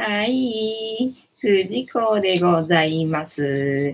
はい、藤子でございます。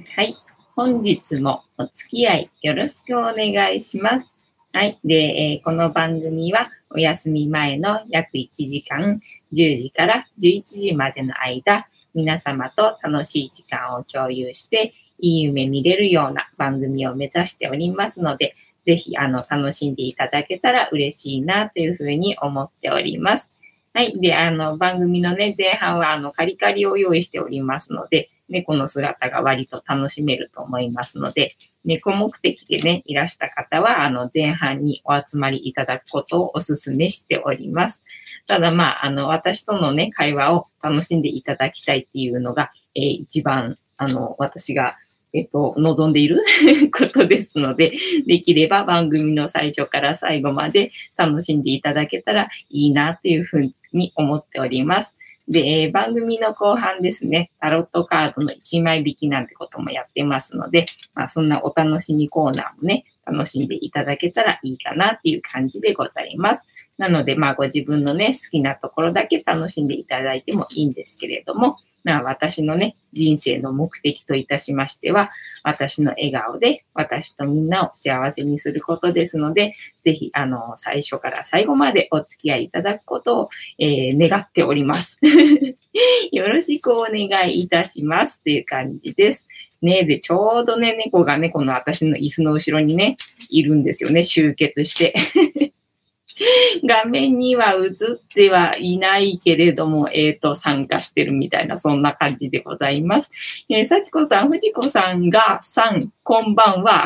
はい、本日もお付き合いよろしくお願いします。はい、で、この番組はお休み前の約1時間、10時から11時までの間、皆様と楽しい時間を共有して、いい夢見れるような番組を目指しておりますので、ぜひ楽しんでいただけたら嬉しいなというふうに思っております。はい。で、番組のね、前半は、カリカリを用意しておりますので、猫の姿が割と楽しめると思いますので、猫目的でね、いらした方は、前半にお集まりいただくことをお勧めしております。ただ、私とのね、会話を楽しんでいただきたいっていうのが、一番、私が望んでいることですので、できれば番組の最初から最後まで楽しんでいただけたらいいなというふうに思っております。で、番組の後半ですね、タロットカードの1枚引きなんてこともやってますので、そんなお楽しみコーナーもね、楽しんでいただけたらいいかなっていう感じでございます。なので、ご自分のね、好きなところだけ楽しんでいただいてもいいんですけれども、私のね、人生の目的といたしましては、私の笑顔で私とみんなを幸せにすることですので、ぜひ、最初から最後までお付き合いいただくことを、願っております。よろしくお願いいたしますという感じです。ね、で、ちょうどね、猫がね、この私の椅子の後ろにね、いるんですよね、集結して。画面には映ってはいないけれども、参加してるみたいな、そんな感じでございます。幸子さん、藤子さんがこんばんは。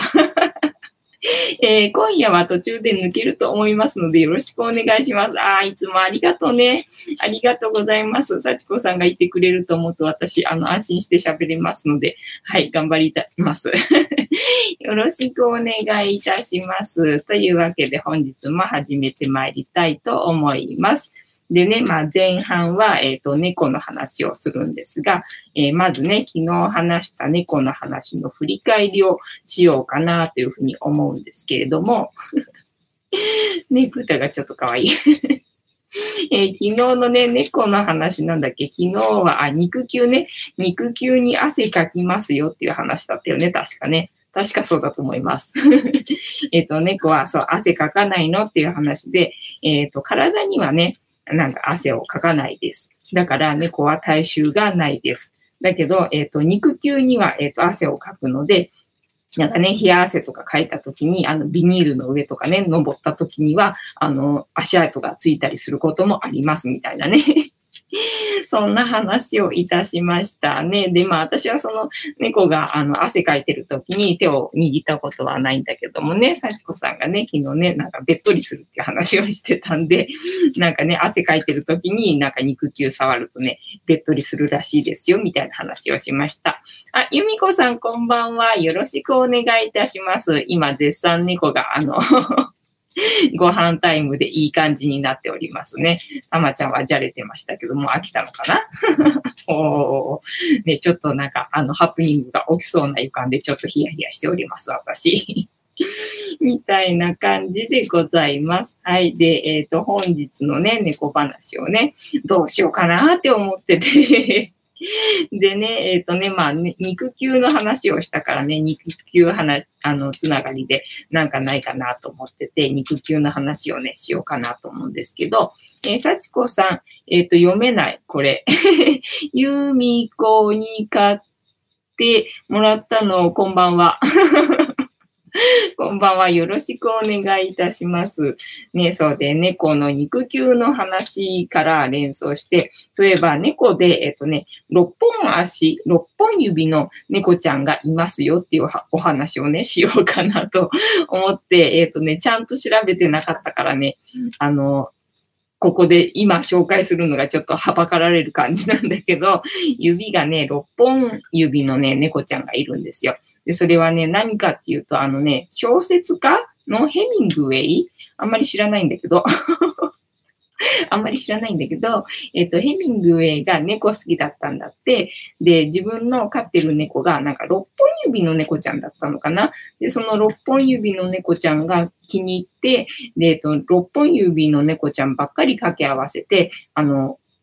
今夜は途中で抜けると思いますので、よろしくお願いします。いつもありがとうね。ありがとうございます。幸子さんがいてくれると思うと、私、安心して喋れますので、はい、頑張りたします。よろしくお願いいたします。というわけで、本日も始めてまいりたいと思います。でね、前半は、猫の話をするんですが、まずね、昨日話した猫の話の振り返りをしようかなというふうに思うんですけれども、ね、プータがちょっと可愛い。昨日のね、猫の話なんだっけ、昨日は、肉球ね、肉球に汗かきますよっていう話だったよね、確かね。確かそうだと思います。猫はそう、汗かかないのっていう話で、体にはね、なんか汗をかかないです。だから猫は体臭がないです。だけど、肉球には、汗をかくので、なんかね、冷や汗とかかいたときに、ビニールの上とかね、登ったときには、足跡がついたりすることもありますみたいなね。そんな話をいたしましたね。で、私はその猫が汗かいてる時に手を握ったことはないんだけどもね、幸子さんがね、昨日ね、なんかべっとりするっていう話をしてたんで、なんかね、汗かいてる時になんか肉球触るとね、べっとりするらしいですよ、みたいな話をしました。由美子さんこんばんは。よろしくお願いいたします。今、絶賛猫がご飯タイムでいい感じになっておりますね。たまちゃんはじゃれてましたけども、飽きたのかなね、ちょっとなんか、ハプニングが起きそうな予感でちょっとヒヤヒヤしております、私。みたいな感じでございます。はい。で、本日のね、猫話をね、どうしようかなって思っててでね、肉球の話をしたからね、肉球話、つながりでなんかないかなと思ってて、肉球の話をね、しようかなと思うんですけど、幸子さん、読めない、これ。由美子に買ってもらったの、こんばんは。こんばんは。よろしくお願いいたします。ね、そうで、猫の肉球の話から連想して、例えば猫で、6本足、6本指の猫ちゃんがいますよっていうお話をね、しようかなと思って、ちゃんと調べてなかったからね、ここで今紹介するのがちょっとはばかられる感じなんだけど、指がね、6本指のね、猫ちゃんがいるんですよ。で、それはね、何かっていうと、小説家のヘミングウェイあんまり知らないんだけど、あんまり知らないんだけど、ヘミングウェイが猫好きだったんだって。で、自分の飼ってる猫がなんか6本指の猫ちゃんだったのかな。で、その6本指の猫ちゃんが気に入って、で、6本指の猫ちゃんばっかり掛け合わせて、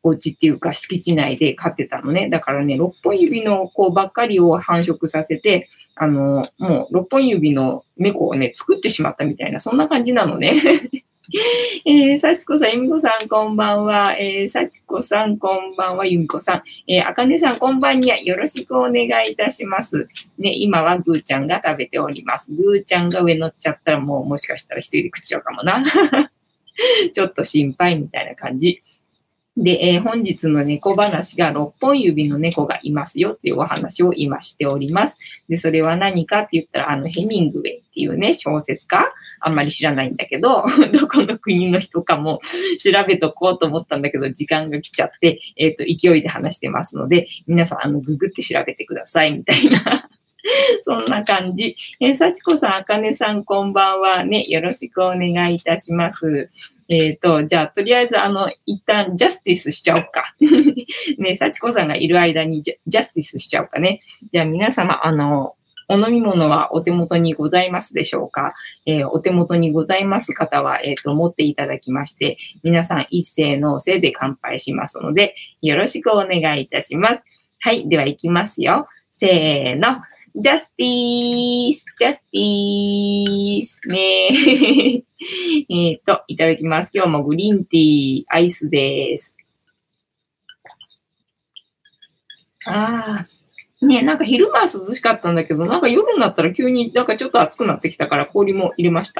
お家っていうか敷地内で飼ってたのね。だからね、6本指の子ばっかりを繁殖させて、もう6本指の猫をね、作ってしまったみたいな、そんな感じなのね。幸子さん、由美子さん、こんばんは。幸子さん、こんばんは、由美子さん。あかねさん、こんばんには。よろしくお願いいたします。ね、今はぐーちゃんが食べております。ぐーちゃんが上乗っちゃったらもしかしたら一人で食っちゃうかもな。ちょっと心配みたいな感じ。で、本日の猫話が6本指の猫がいますよっていうお話を今しております。で、それは何かって言ったら、ヘミングウェイっていうね、小説家あんまり知らないんだけど、どこの国の人かも調べとこうと思ったんだけど、時間が来ちゃって、勢いで話してますので、皆さん、ググって調べてくださいみたいな。そんな感じ。幸子さん、あかねさん、こんばんは。ね、よろしくお願いいたします。じゃあ、とりあえず、一旦、ジャスティスしちゃおうか。ね、幸子さんがいる間にジャスティスしちゃおうかね。じゃあ、皆様、お飲み物はお手元にございますでしょうか？お手元にございます方は、持っていただきまして、皆さん一斉のせいで乾杯しますので、よろしくお願いいたします。はい、では行きますよ。せーの。ジャスティース、ジャスティース、ねいただきます。今日もグリーンティー、アイスです。ね、なんか昼間は涼しかったんだけど、なんか夜になったら急になんかちょっと暑くなってきたから氷も入れました。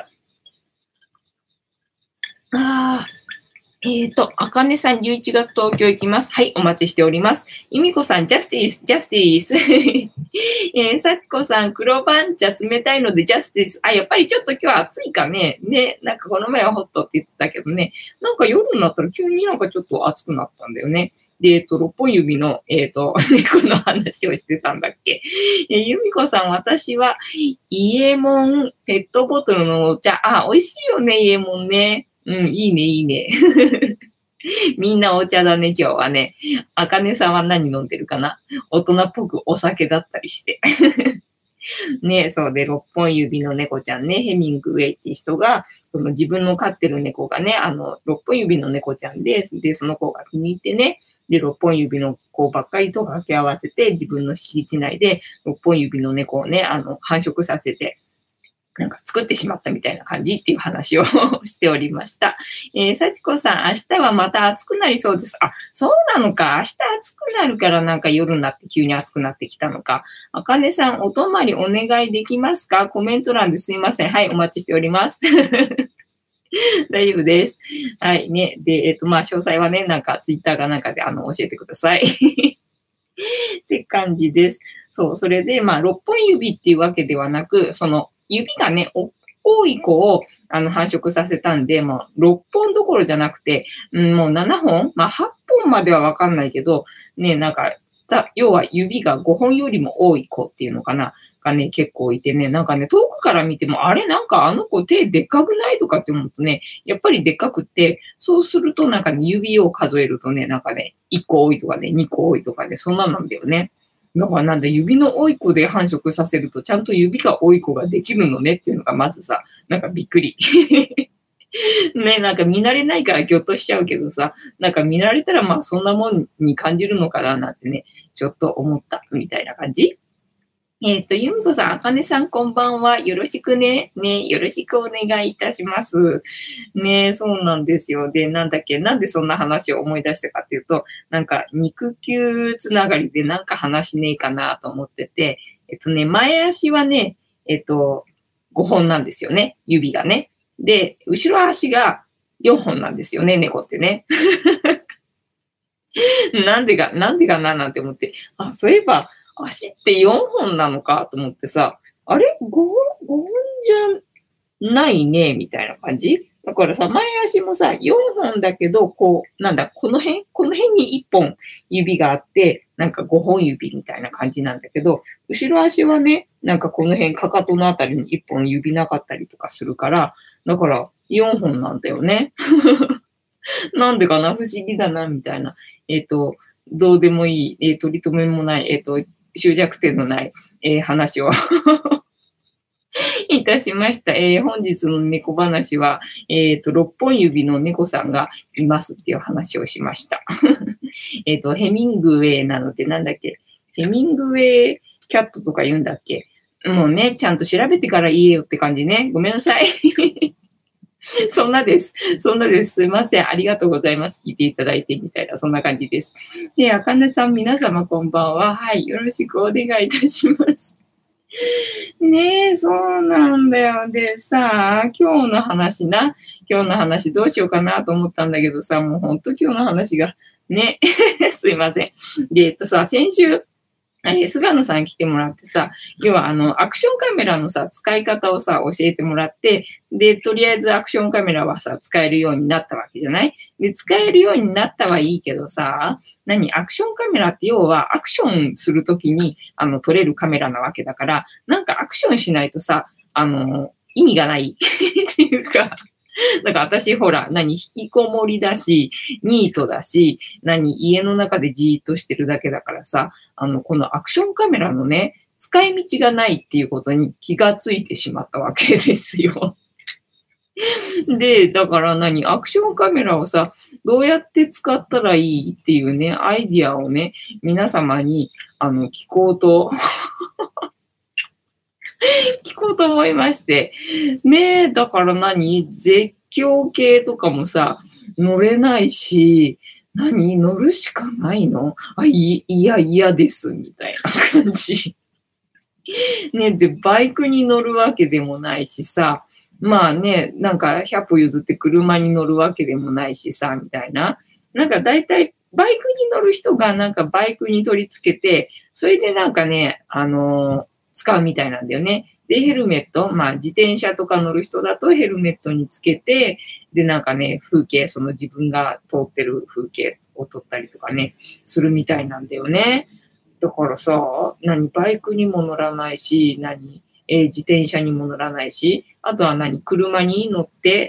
あかねさん11月東京行きます。はい、お待ちしております。ゆみこさん、ジャスティース、ジャスティース。さちこさん、黒番茶冷たいのでジャスティース。やっぱりちょっと今日は暑いかね。ね、なんかこの前はホットって言ってたけどね。なんか夜になったら急になんかちょっと暑くなったんだよね。で、6本指の、猫の話をしてたんだっけ。ゆみこさん、私は、伊右衛門ペットボトルのお茶。美味しいよね、伊右衛門ね。うん、いいね、いいね。みんなお茶だね、今日はね。あかねさんは何飲んでるかな？大人っぽくお酒だったりして。ね、そうで、6本指の猫ちゃんね、ヘミングウェイって人が、その自分の飼ってる猫がね、6本指の猫ちゃんで、その子が気に入ってね、で、6本指の子ばっかりと掛け合わせて、自分の敷地内で6本指の猫をね、繁殖させて、なんか作ってしまったみたいな感じっていう話をしておりました。幸子さん、明日はまた暑くなりそうです。そうなのか。明日暑くなるからなんか夜になって急に暑くなってきたのか。あかねさん、お泊まりお願いできますか？コメント欄ですいません。はい、お待ちしております。大丈夫です。はい、ね。で、詳細はね、なんかツイッターかなんかで教えてください。って感じです。そう、それで、6本指っていうわけではなく、その、指がね、多い子を繁殖させたんで、もう6本どころじゃなくて、もう7本、8本まではわかんないけど、ね、なんか、要は指が5本よりも多い子っていうのかな、がね、結構いてね、なんかね、遠くから見ても、あれなんかあの子手でっかくないとかって思うとね、やっぱりでっかくって、そうするとなんかね、指を数えるとね、なんかね、1個多いとかね、2個多いとかね、そんなんなんだよね。だからなんだ、指の多い子で繁殖させると、ちゃんと指が多い子ができるのねっていうのがまずさ、なんかびっくり。ね、なんか見慣れないからぎょっとしちゃうけどさ、なんか見慣れたらそんなもんに感じるのかななんてね、ちょっと思ったみたいな感じ。ゆみこさん、あかねさん、こんばんは。よろしくね。ね、よろしくお願いいたします。ね、そうなんですよ。で、なんだっけ、なんでそんな話を思い出したかっていうと、なんか、肉球つながりでなんか話ねえかなと思ってて、前足はね、5本なんですよね。指がね。で、後ろ足が4本なんですよね、猫ってね。なんでかななんて思って。そういえば、足って4本なのかと思ってさ、あれ 5本じゃないねみたいな感じだからさ、前足もさ、4本だけど、こう、なんだ、この辺に1本指があって、なんか5本指みたいな感じなんだけど、後ろ足はね、なんかこの辺、かかとのあたりに1本指なかったりとかするから、だから4本なんだよね。なんでかな不思議だな、みたいな。どうでもいい、取り留めもない、終弱点のない、話をいたしました。本日の猫話は、6本指の猫さんがいますっていう話をしました。 ヘミングウェイなので、なんだっけ、ヘミングウェイキャットとか言うんだっけ。もうね、ちゃんと調べてから言えよって感じね。ごめんなさい。そんなです。そんなです。すいません。ありがとうございます。聞いていただいてみたいな、そんな感じです。で、あかねさん、皆様こんばんは。はい。よろしくお願いいたします。ねえ、そうなんだよ。でさ、今日の話どうしようかなと思ったんだけどさ、もうほんと今日の話が、ね、すいません。で、先週、菅野さん来てもらってさ、要はアクションカメラのさ、使い方をさ、教えてもらって、で、とりあえずアクションカメラはさ、使えるようになったわけじゃない？で、使えるようになったはいいけどさ、アクションカメラって要はアクションするときに、撮れるカメラなわけだから、なんかアクションしないとさ、意味がないっていうか、だから私ほら、引きこもりだし、ニートだし、家の中でじーっとしてるだけだからさ、このアクションカメラのね、使い道がないっていうことに気がついてしまったわけですよ。で、だからアクションカメラをさ、どうやって使ったらいいっていうね、アイディアをね、皆様に、聞こうと聞こうと思いまして。ねえ、だから絶叫系とかもさ、乗れないし、乗るしかないの？いや、嫌です、みたいな感じ。ね、で、バイクに乗るわけでもないしさ、まあね、100歩譲って車に乗るわけでもないしさ、みたいな。大体、バイクに乗る人がバイクに取り付けて、それで使うみたいなんだよね。で、ヘルメット、まあ自転車とか乗る人だとヘルメットにつけて、で、風景、その自分が通ってる風景を撮ったりとかね、するみたいなんだよね。だからさ、バイクにも乗らないし、自転車にも乗らないし、あとは車に乗って、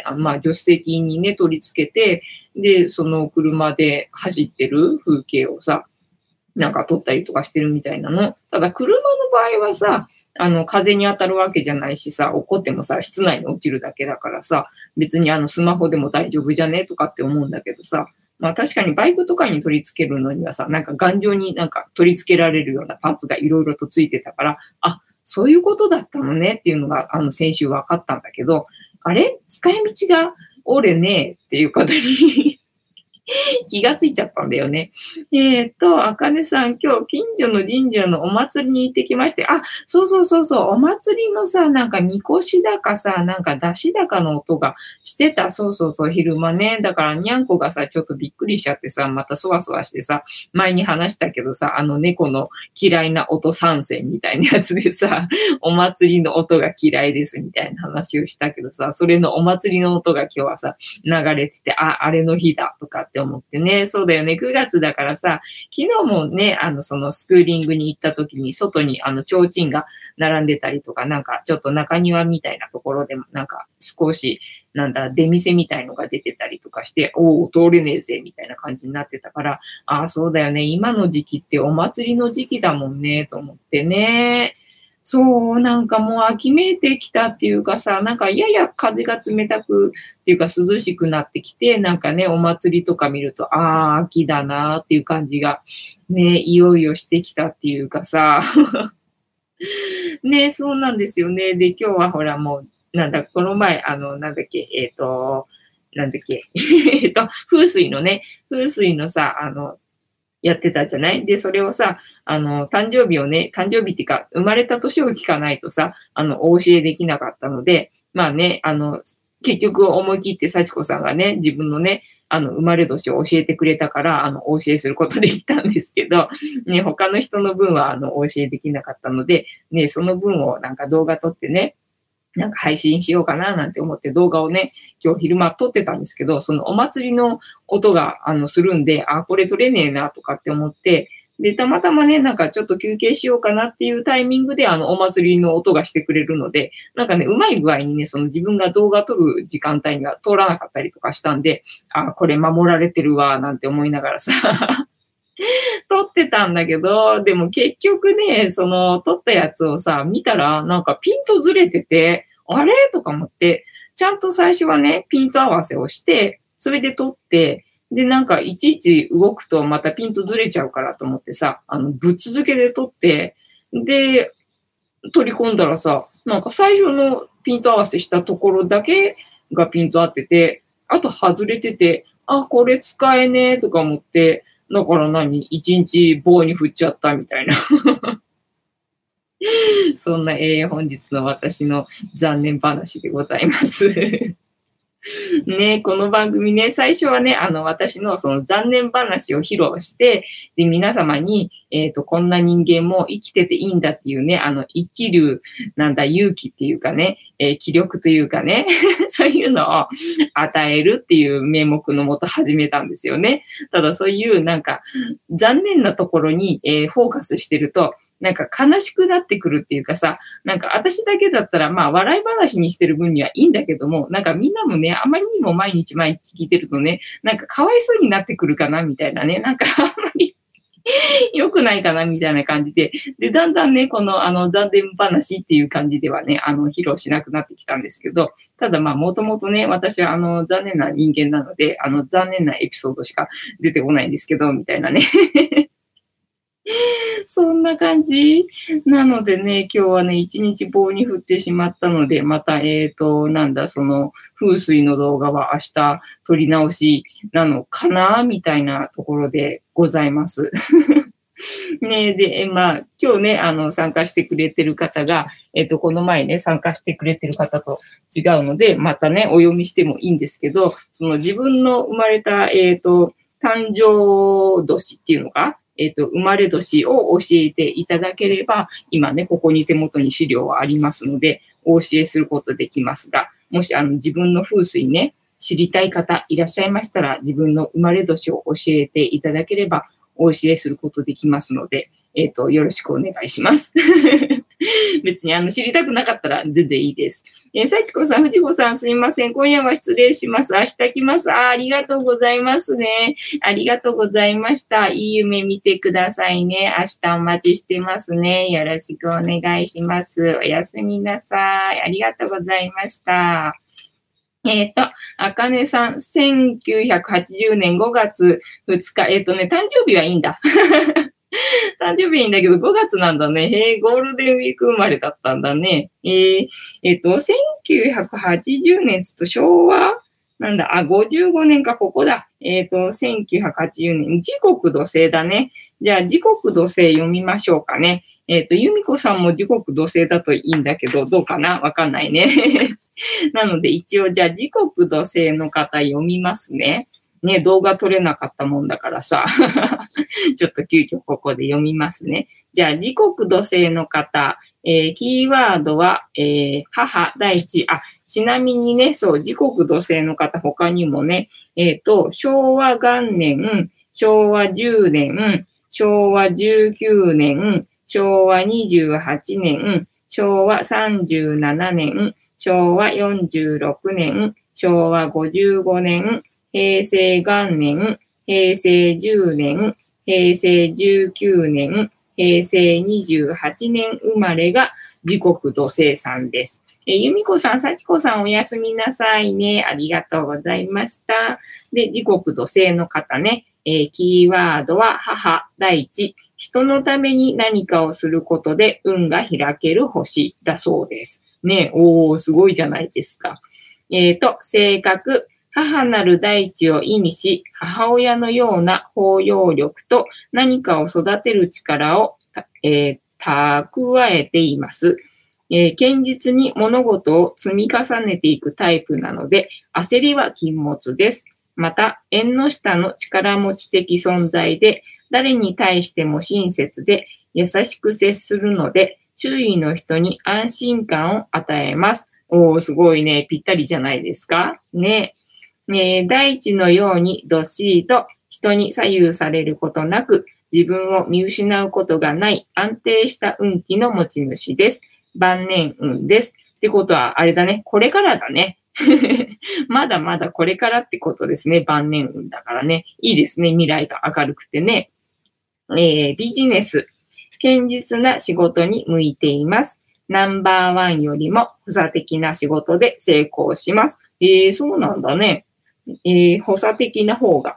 まあ助手席にね、取り付けて、で、その車で走ってる風景をさ、撮ったりとかしてるみたいなの。ただ車の場合はさ、風に当たるわけじゃないしさ、落っこってもさ、室内に落ちるだけだからさ、別にスマホでも大丈夫じゃねとかって思うんだけどさ、まあ確かにバイクとかに取り付けるのにはさ、頑丈に取り付けられるようなパーツがいろいろとついてたから、あ、そういうことだったのねっていうのが、先週分かったんだけど、あれ使い道が俺ねっていうことに気がついちゃったんだよね。あかねさん、今日近所の神社のお祭りに行ってきまして、あ、そうそうそうそう、お祭りのさ、みこしだかさ、出しだかの音がしてた、そうそうそう、昼間ね。だから、にゃんこがさ、ちょっとびっくりしちゃってさ、またそわそわしてさ、前に話したけどさ、猫の嫌いな音参戦みたいなやつでさ、お祭りの音が嫌いですみたいな話をしたけどさ、それのお祭りの音が今日はさ、流れてて、あれの日だとかって思ってね、そうだよね、9月だからさ、昨日もね、そのスクーリングに行った時に、外に提灯が並んでたりとか、ちょっと中庭みたいなところでも、少し、出店みたいのが出てたりとかして、おお、通れねえぜ、みたいな感じになってたから、ああ、そうだよね、今の時期ってお祭りの時期だもんね、と思ってね。そう、もう秋めいてきたっていうかさ、やや風が冷たくっていうか涼しくなってきて、お祭りとか見ると、ああ、秋だなっていう感じがね、いよいよしてきたっていうかさ、ね、そうなんですよね。で、今日はほらもう、この前、風水のさ、やってたじゃない？で、それをさ、誕生日っていうか、生まれた年を聞かないとさ、お教えできなかったので、まあね、結局思い切って幸子さんがね、自分のね、生まれ年を教えてくれたから、お教えすることできたんですけど、ね、他の人の分は、お教えできなかったので、ね、その分を動画撮ってね、配信しようかななんて思って動画をね、今日昼間撮ってたんですけど、そのお祭りの音がするんで、あ、これ撮れねえなとかって思って、で、たまたまね、ちょっと休憩しようかなっていうタイミングでお祭りの音がしてくれるので、うまい具合にね、その自分が動画撮る時間帯には通らなかったりとかしたんで、あ、これ守られてるわ、なんて思いながらさ、撮ってたんだけど、でも結局ね、その撮ったやつをさ、見たらピントずれてて、あれとか思って、ちゃんと最初はね、ピント合わせをして、それで撮って、 で、なんかいちいち動くとまたピントずれちゃうからと思ってさ、ぶっ続けで撮って、で、取り込んだらさ、なんか最初のピント合わせしたところだけがピント合ってて、あと外れてて、あ、これ使えねえとか思って、だから一日棒に振っちゃったみたいな。そんな、本日の私の残念話でございます。ね、この番組ね、最初はね、私のその残念話を披露して、で、皆様に、こんな人間も生きてていいんだっていうね、生きる、勇気っていうかね、気力というかね、そういうのを与えるっていう名目のもと始めたんですよね。ただそういう残念なところに、フォーカスしてると、悲しくなってくるっていうかさ、私だけだったらまあ笑い話にしてる分にはいいんだけども、みんなもね、あまりにも毎日毎日聞いてるとね、かわいそうになってくるかなみたいなね、あんまり良くないかなみたいな感じで、で、だんだんね、この残念話っていう感じではね、披露しなくなってきたんですけど、ただまあもともとね、私は残念な人間なので、残念なエピソードしか出てこないんですけど、みたいなね。そんな感じなのでね、今日はね、一日棒に振ってしまったので、また、その風水の動画は明日撮り直しなのかなみたいなところでございます。ねで、まあ、今日ね、参加してくれてる方が、この前ね、参加してくれてる方と違うので、またね、お読みしてもいいんですけど、その自分の生まれた、誕生年っていうのか、生まれ年を教えていただければ、今ね、ここに手元に資料はありますので、お教えすることできますが、もし自分の風水ね、知りたい方いらっしゃいましたら、自分の生まれ年を教えていただければ、お教えすることできますので、よろしくお願いします。別に知りたくなかったら全然いいです。幸子さん、藤子さん、すみません。今夜は失礼します。明日来ます。ありがとうございますね。ありがとうございました。いい夢見てくださいね。明日お待ちしてますね。よろしくお願いします。おやすみなさい。ありがとうございました。あかねさん、1980年5月2日。誕生日はいいんだ。誕生日いいんだけど、5月なんだね。ゴールデンウィーク生まれだったんだね。1980年つと昭和55年か、ここだ。1980年、時刻土星だね。じゃあ、時刻土星読みましょうかね。由美子さんも時刻土星だといいんだけど、どうかなわかんないね。なので、一応、じゃあ、時刻土星の方読みますね。ね、動画撮れなかったもんだからさ。ちょっと急遽ここで読みますね。じゃあ、時刻土星の方、キーワードは、母、大地。ちなみにね、そう、時刻土星の方、他にもね、昭和元年、昭和10年、昭和19年、昭和28年、昭和37年、昭和46年、昭和55年、平成元年、平成10年、平成19年、平成28年生まれが時刻土星さんです。由美子さん、幸子さん、おやすみなさいね。ありがとうございました。で、時刻土星の方ね、キーワードは母、大地。人のために何かをすることで運が開ける星だそうです。ね、すごいじゃないですか。性格。母なる大地を意味し、母親のような包容力と何かを育てる力を、蓄えています。堅実に物事を積み重ねていくタイプなので、焦りは禁物です。また、縁の下の力持ち的存在で、誰に対しても親切で優しく接するので、周囲の人に安心感を与えます。すごいね。ぴったりじゃないですかね。大地のようにどっしりと人に左右されることなく、自分を見失うことがない安定した運気の持ち主です。晩年運です。ってことは、あれだね。これからだね。まだまだこれからってことですね。晩年運だからね。いいですね。未来が明るくてね。ビジネス。堅実な仕事に向いています。ナンバーワンよりも補佐的な仕事で成功します。そうなんだね。補佐的な方が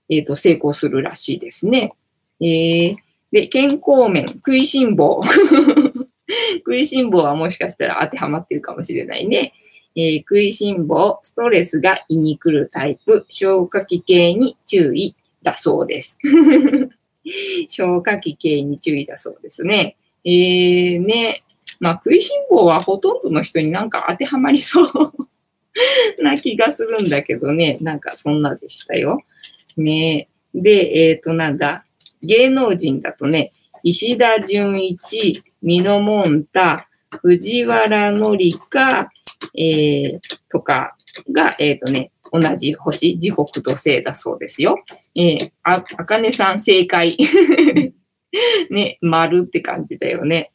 成功するらしいですね。で、健康面、食いしん坊。食いしん坊はもしかしたら当てはまってるかもしれないね。食いしん坊、ストレスが胃に来るタイプ、消化器系に注意だそうです。消化器系に注意だそうですね。ね。まあ、食いしん坊はほとんどの人になんか当てはまりそうな気がするんだけどね。なんかそんなでしたよ。ね。で、なんだ。芸能人だとね、石田純一、ミノモンタ、藤原紀香、とかが、同じ星、時刻と星だそうですよ。あかねさん正解。ね、丸って感じだよね。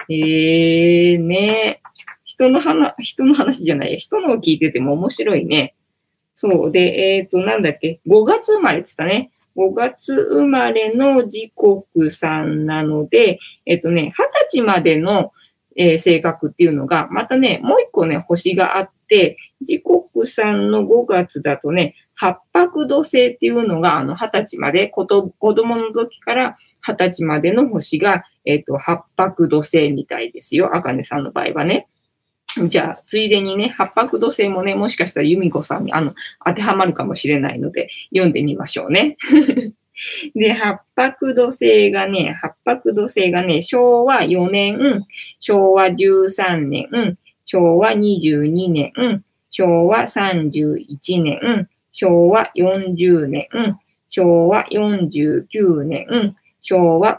ね、人の話じゃないや、人のを聞いてても面白いね。そう。で、なんだっけ、5月生まれって言ったね。5月生まれの時刻さんなので、20歳までの、性格っていうのが、またね、もう一個ね、星があって、時刻さんの5月だとね、八白土星っていうのが、20歳まで、子供の時から20歳までの星が、八白土星みたいですよ。あかねさんの場合はね。じゃあ、ついでにね、八白土星もね、もしかしたら由美子さんに当てはまるかもしれないので、読んでみましょうね。で、八白土星がね、昭和4年、昭和13年、昭和22年、昭和31年、昭和40年、昭和49年、昭和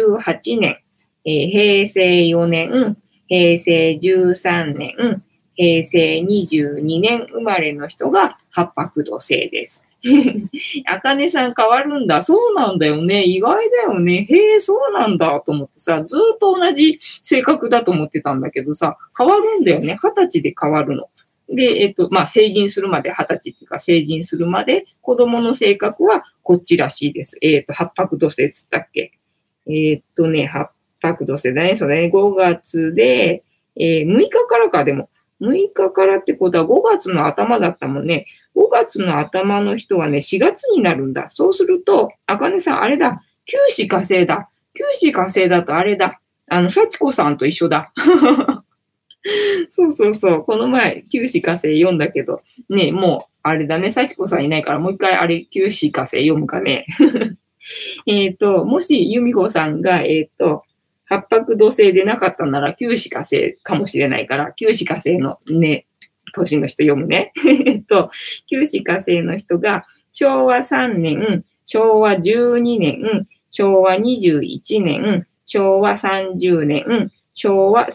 58年、平成4年、平成13年、平成22年生まれの人が八白土星です。あかねさん変わるんだ。そうなんだよね。意外だよね。へえ、そうなんだと思ってさ、ずっと同じ性格だと思ってたんだけどさ、変わるんだよね。20歳で変わるの。で、まあ、成人するまで、20歳っていうか成人するまで、子供の性格はこっちらしいです。八白土星っつったっけ。八白土星だね。それ5月で、6日からか、でも、6日からってことは5月の頭だったもんね。5月の頭の人はね、4月になるんだ。そうすると、あかねさん、あれだ。九死火星だ。九死火星だとあれだ。幸子さんと一緒だ。そうそうそう。この前、九死火星読んだけど、ね、もう、あれだね。幸子さんいないから、もう一回あれ、九死火星読むかね。もし、由美子さんが、八白土星でなかったなら、九死火星かもしれないから、九死火星のね、年の人読むね。九死火星の人が、昭和3年、昭和12年、昭和21年、昭和30年、昭和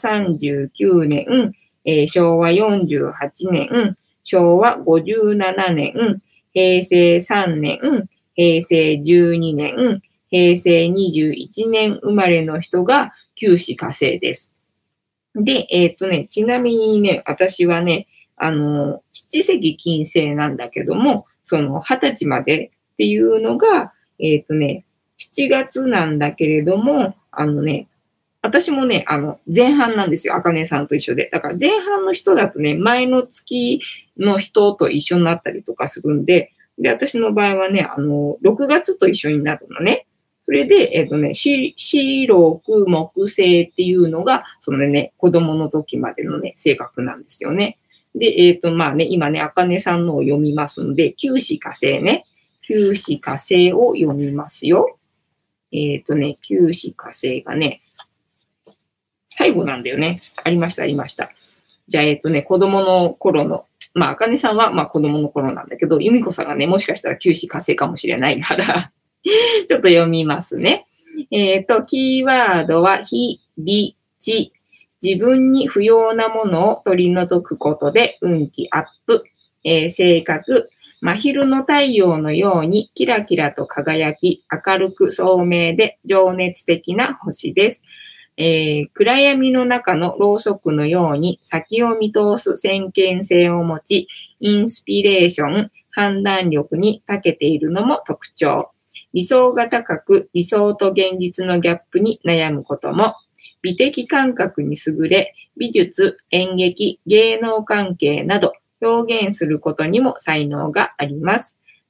39年、昭和48年、昭和57年、平成3年、平成12年、平成21年生まれの人が九死火星です。で、ちなみにね、私はね、七石金星なんだけども、その20歳までっていうのが、7月なんだけれども、私もね、前半なんですよ。あかねさんと一緒で。だから前半の人だとね、前の月の人と一緒になったりとかするんで、で、私の場合はね、6月と一緒になるのね。それで、四六木星っていうのが、そのね、子供の時までのね、性格なんですよね。で、まあね、今ね、あかねさんのを読みますので、九死火星ね。九死火星を読みますよ。九死火星がね、最後なんだよね。ありました、ありました。じゃあ、子供の頃の、まあ、あかねさんは、まあ、子供の頃なんだけど、由美子さんがね、もしかしたら九死火星かもしれないから、ちょっと読みますね。キーワードは、非、理、知。自分に不要なものを取り除くことで運気アップ。性格。真昼の太陽のようにキラキラと輝き、明るく聡明で情熱的な星です。暗闇の中のろうそくのように先を見通す先見性を持ち、インスピレーション、判断力に長けているのも特徴。理想が高く、理想と現実のギャップに悩むことも、美的感覚に優れ、美術、演劇、芸能関係など表現することにも才能があります。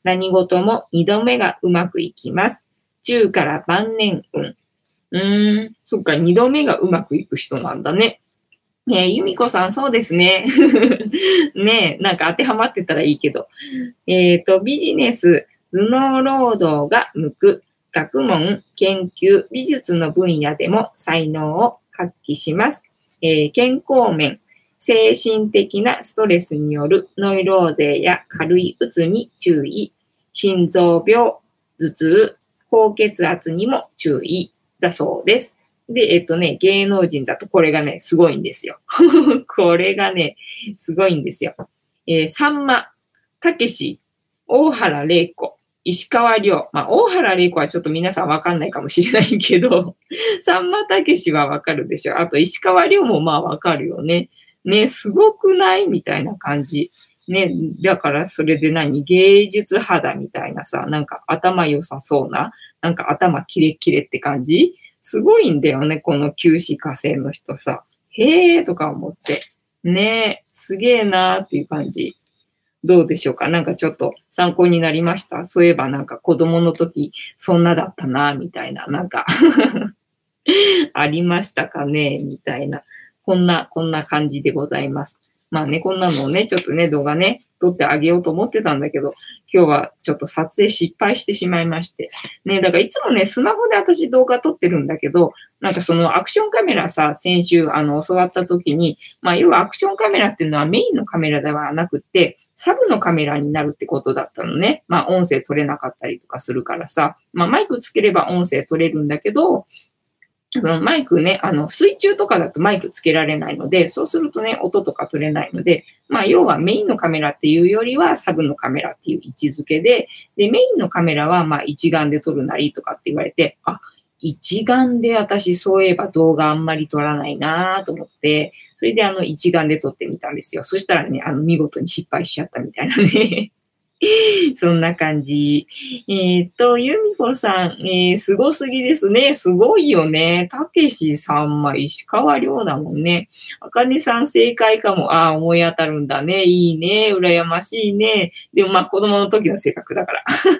何事も二度目がうまくいきます。中から晩年運。そっか、二度目がうまくいく人なんだね。由美子さん、そうですね。ねえ、なんか当てはまってたらいいけど。ビジネス、頭脳労働が向く。学問、研究、美術の分野でも才能を発揮します。健康面、精神的なストレスによるノイローゼや軽いうつに注意。心臓病、頭痛、高血圧にも注意だそうです。で、芸能人だとこれがね、すごいんですよ。これがね、すごいんですよ。さんま、たけし、大原玲子、石川遼。まあ、大原玲子はちょっと皆さんわかんないかもしれないけど、さんまたけしはわかるでしょ。あと、石川遼もまあわかるよね。ね、すごくないみたいな感じ。ね、だからそれで芸術肌みたいなさ、なんか頭良さそうな、なんか頭キレッキレって感じすごいんだよね、この九死火星の人さ。へーとか思って。ねすげえなーっていう感じ。どうでしょうかなんかちょっと参考になりましたそういえばなんか子供の時そんなだったなみたいな、なんかありましたかねみたいな。こんな感じでございます。まあね、こんなのをね、ちょっとね、動画ね、撮ってあげようと思ってたんだけど、今日はちょっと撮影失敗してしまいまして。ね、だからいつもね、スマホで私動画撮ってるんだけど、なんかそのアクションカメラさ、先週教わった時に、まあ要はアクションカメラっていうのはメインのカメラではなくって、サブのカメラになるってことだったのね。まあ音声取れなかったりとかするからさ、まあマイクつければ音声取れるんだけど、そのマイクね、水中とかだとマイクつけられないので、そうするとね、音とか取れないので、まあ、要はメインのカメラっていうよりはサブのカメラっていう位置づけで、で、メインのカメラはまあ一眼で撮るなりとかって言われて、あ、一眼で私そういえば動画あんまり撮らないなと思って、それで一眼で撮ってみたんですよ。そしたらね、見事に失敗しちゃったみたいなね。そんな感じ。由美子さん、すごすぎですね。すごいよね。たけしさんま、石川遼だもんね。あかねさん正解かも。ああ、思い当たるんだね。いいね。羨ましいね。でもまあ子供の時の性格だから。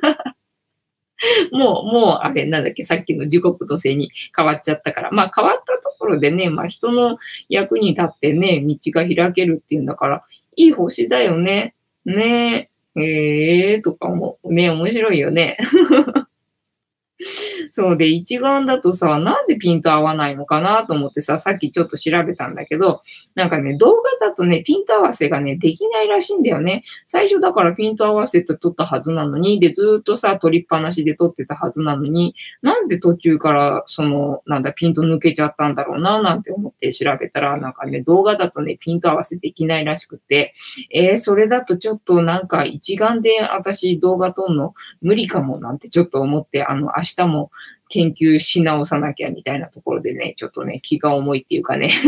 もう、あれ、なんだっけ、さっきの時刻と性に変わっちゃったから。まあ変わったところでね、まあ人の役に立ってね、道が開けるっていうんだから、いい星だよね。ねとかもね、面白いよね。そうで、一眼だとさ、なんでピント合わないのかなと思ってさ、さっきちょっと調べたんだけど、なんかね、動画だとね、ピント合わせがね、できないらしいんだよね。最初だからピント合わせて撮ったはずなのに、で、ずーっとさ、撮りっぱなしで撮ってたはずなのに、なんで途中から、ピント抜けちゃったんだろうな、なんて思って調べたら、なんかね、動画だとね、ピント合わせできないらしくて、それだとちょっとなんか一眼で私動画撮んの無理かもなんてちょっと思って、明日も研究し直さなきゃみたいなところでね、ちょっとね、気が重いっていうかね。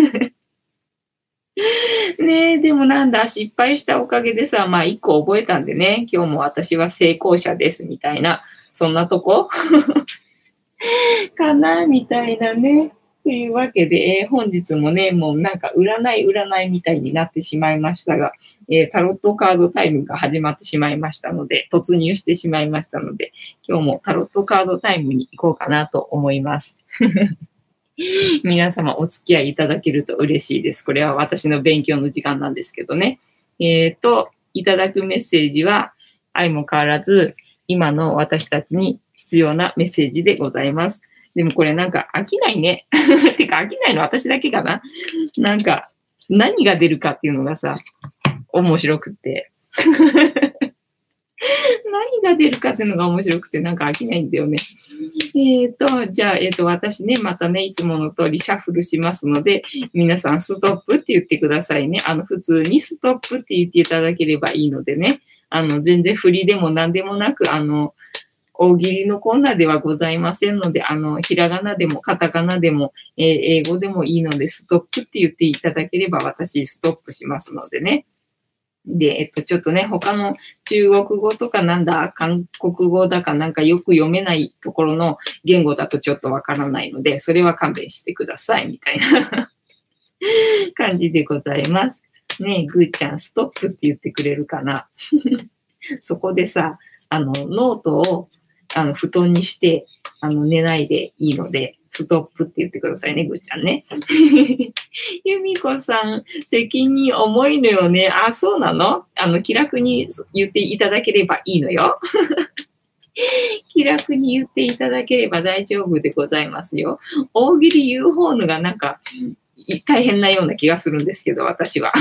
ねえ、でもなんだ、失敗したおかげでさ、まあ一個覚えたんでね、今日も私は成功者ですみたいな、そんなとこかなみたいなね。というわけで、本日もね、もうなんか占いみたいになってしまいましたが、タロットカードタイムが始まってしまいましたので、突入してしまいましたので、今日もタロットカードタイムに行こうかなと思います。皆様お付き合いいただけると嬉しいです。これは私の勉強の時間なんですけどね。いただくメッセージは、相も変わらず、今の私たちに必要なメッセージでございます。でもこれなんか飽きないね。てか飽きないの私だけかな。なんか何が出るかっていうのがさ、面白くって。何が出るかっていうのが面白くてなんか飽きないんだよね。じゃあ、私ね、またね、いつもの通りシャッフルしますので、皆さんストップって言ってくださいね。普通にストップって言っていただければいいのでね。全然振りでも何でもなく、大喜利のコーナーではございませんので、ひらがなでもカタカナでも、英語でもいいので、ストップって言っていただければ私ストップしますのでね。で、ちょっとね、他の中国語とかなんだ、韓国語だかなんかよく読めないところの言語だとちょっとわからないので、それは勘弁してください、みたいな感じでございます。ねえ、ぐーちゃん、ストップって言ってくれるかなそこでさ、 ノートを、布団にして、寝ないでいいので、ストップって言ってくださいね、ぐーちゃんね。由美子さん、責任重いのよね。あ、そうなの？気楽に言っていただければいいのよ。気楽に言っていただければ大丈夫でございますよ。大喜利言う方のがなんか大変なような気がするんですけど、私は。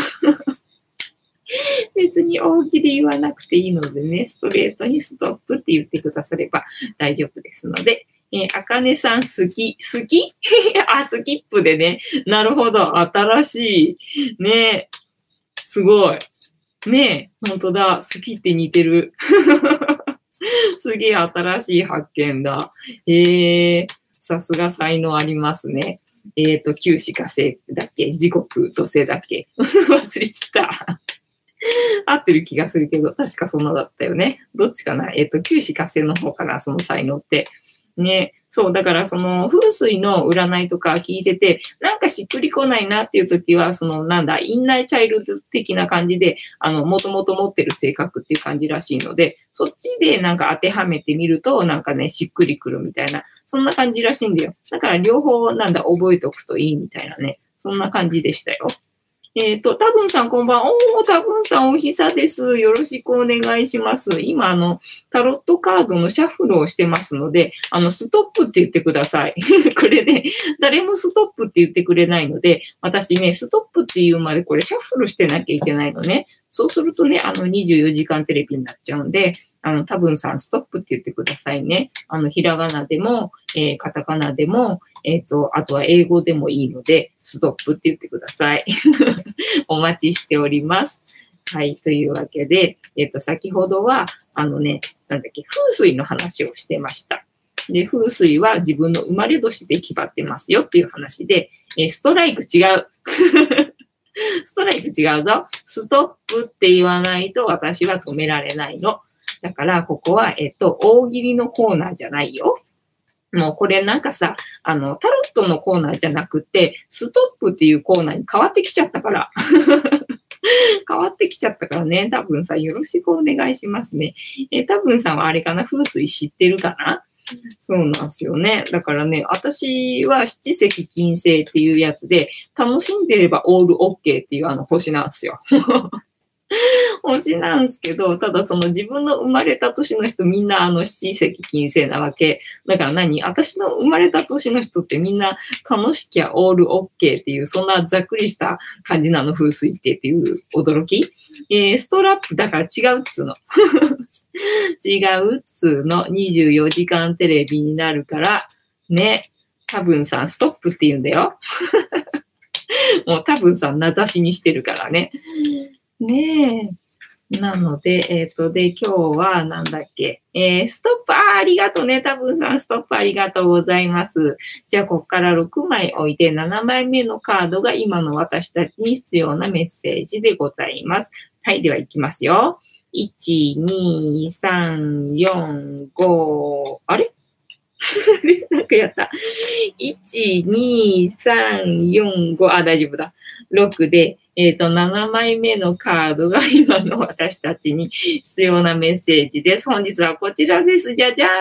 別に大喜利言わなくていいのでね、ストレートにストップって言ってくだされば大丈夫ですので、あかねさん好きあ、スキップでね。なるほど。新しい。ねすごい。ねほんとだ。好きって似てる。すげえ新しい発見だ。さすが才能ありますね。九死火星だっけ？時刻土星だっけ？忘れちゃった。合ってる気がするけど、確かそんなだったよね。どっちかな？九死火星の方かな、その才能って。ね。そう、だからその風水の占いとか聞いてて、なんかしっくりこないなっていう時は、インナーチャイルド的な感じで、もともと持ってる性格っていう感じらしいので、そっちでなんか当てはめてみると、なんかね、しっくりくるみたいな、そんな感じらしいんだよ。だから両方覚えておくといいみたいなね、そんな感じでしたよ。多分さんこんばんは。多分さんお久です。よろしくお願いします。今、タロットカードのシャッフルをしてますので、ストップって言ってください。これね、誰もストップって言ってくれないので、私ね、ストップって言うまでこれシャッフルしてなきゃいけないのね。そうするとね、24時間テレビになっちゃうんで、多分さんストップって言ってくださいね。ひらがなでも、カタカナでも、あとは英語でもいいので、ストップって言ってください。お待ちしております。はい、というわけで、先ほどは、風水の話をしてました。で、風水は自分の生まれ年で決まってますよっていう話で、ストライク違う。ストライク違うぞ。ストップって言わないと私は止められないの。だから、ここは、大喜利のコーナーじゃないよ。もうこれなんかさ、タロットのコーナーじゃなくて、ストップっていうコーナーに変わってきちゃったから。変わってきちゃったからね、多分さんよろしくお願いしますね。多分さんはあれかな、風水知ってるかな？そうなんですよね。だからね、私は七石金星っていうやつで、楽しんでればオールオッケーっていう星なんですよ。星なんですけど、ただその自分の生まれた年の人みんな七石金星なわけ。だから私の生まれた年の人ってみんな楽しきゃオールオッケーっていう、そんなざっくりした感じなの、風水っていう驚き。ストラップだから違うっつうの。違うっつうの。24時間テレビになるから、ね。多分さん、ストップって言うんだよ。もう多分さん、名指しにしてるからね。ねえ。なので、で、今日はなんだっけ。ストップ、ありがとうね。多分さん、ストップありがとうございます。じゃあ、ここから6枚置いて、7枚目のカードが今の私たちに必要なメッセージでございます。はい、では行きますよ。1、2、3、4、5、あれなんかやった。1、2、3、4、5、あ、大丈夫だ。6で、7枚目のカードが今の私たちに必要なメッセージです。本日はこちらです。じゃじゃーん。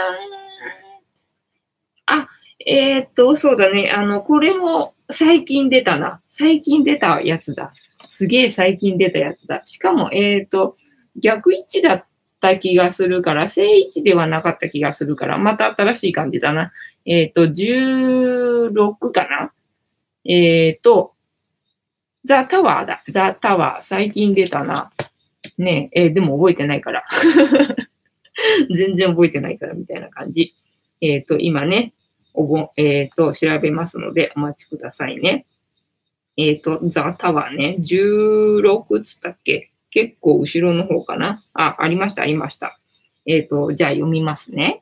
あ、そうだね。これも最近出たな。最近出たやつだ。すげえ最近出たやつだ。しかも、逆位置だった気がするから、正位置ではなかった気がするから、また新しい感じだな。16かな。ザ・タワーだ。ザ・タワー。最近出たな。ねえ、でも覚えてないから。全然覚えてないからみたいな感じ。今ね、調べますのでお待ちくださいね。ザ・タワーね、16つったっけ？結構後ろの方かな。あ、ありました、ありました。じゃあ読みますね。